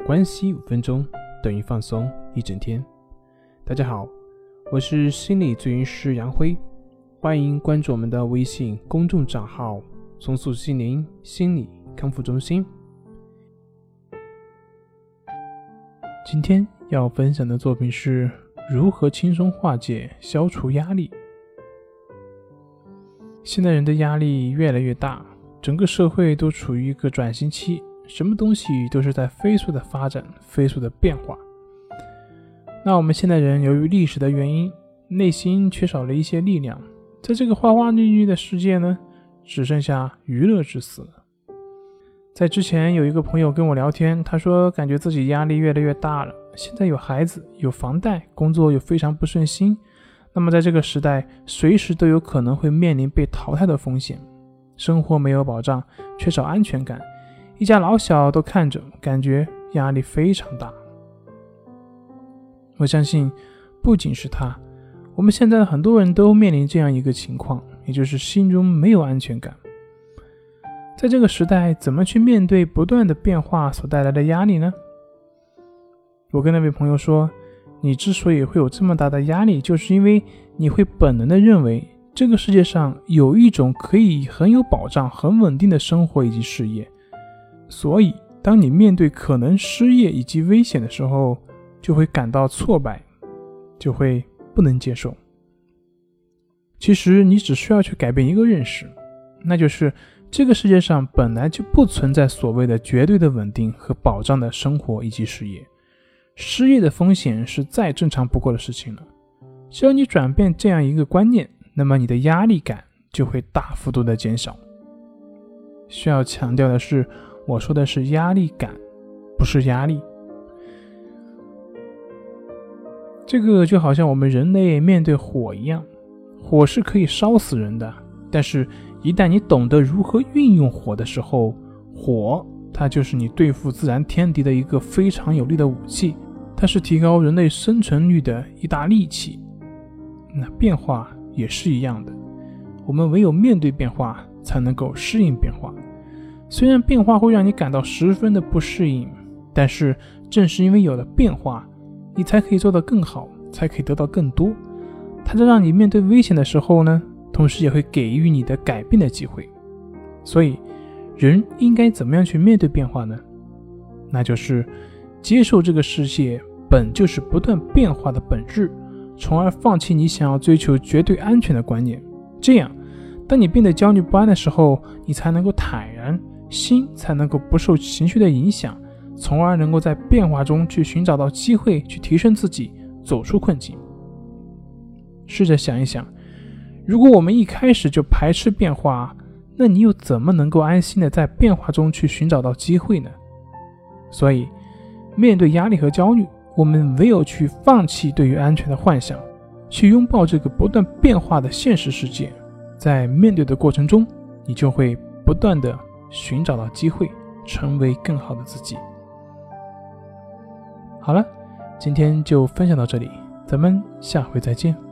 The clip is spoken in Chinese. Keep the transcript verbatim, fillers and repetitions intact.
关系五分钟等于放松一整天。大家好，我是心理咨询师杨辉，欢迎关注我们的微信公众账号重塑心灵心理康复中心。今天要分享的作品是如何轻松化解消除压力。现代人的压力越来越大，整个社会都处于一个转型期，什么东西都是在飞速的发展，飞速的变化。那我们现代人由于历史的原因，内心缺少了一些力量，在这个花花绿绿的世界呢，只剩下娱乐至死。在之前有一个朋友跟我聊天，他说感觉自己压力越来越大了，现在有孩子，有房贷，工作又非常不顺心，那么在这个时代，随时都有可能会面临被淘汰的风险，生活没有保障，缺少安全感，一家老小都看着，感觉压力非常大。我相信不仅是他，我们现在的很多人都面临这样一个情况，也就是心中没有安全感。在这个时代，怎么去面对不断的变化所带来的压力呢？我跟那位朋友说，你之所以会有这么大的压力，就是因为你会本能的认为这个世界上有一种可以很有保障、很稳定的生活以及事业，所以当你面对可能失业以及危险的时候，就会感到挫败，就会不能接受。其实你只需要去改变一个认识，那就是这个世界上本来就不存在所谓的绝对的稳定和保障的生活以及事业，失业的风险是再正常不过的事情了。只要你转变这样一个观念，那么你的压力感就会大幅度的减小。需要强调的是，我说的是压力感，不是压力。这个就好像我们人类面对火一样，火是可以烧死人的，但是一旦你懂得如何运用火的时候，火它就是你对付自然天敌的一个非常有力的武器，它是提高人类生存率的一大利器。那变化也是一样的，我们唯有面对变化，才能够适应变化。虽然变化会让你感到十分的不适应，但是正是因为有了变化，你才可以做得更好，才可以得到更多。它在让你面对危险的时候呢，同时也会给予你的改变的机会。所以人应该怎么样去面对变化呢？那就是接受这个世界本就是不断变化的本质，从而放弃你想要追求绝对安全的观念。这样当你变得焦虑不安的时候，你才能够坦然，心才能够不受情绪的影响，从而能够在变化中去寻找到机会，去提升自己，走出困境。试着想一想，如果我们一开始就排斥变化，那你又怎么能够安心的在变化中去寻找到机会呢？所以面对压力和焦虑，我们唯有去放弃对于安全的幻想，去拥抱这个不断变化的现实世界。在面对的过程中，你就会不断的寻找到机会，成为更好的自己。好了，今天就分享到这里，咱们下回再见。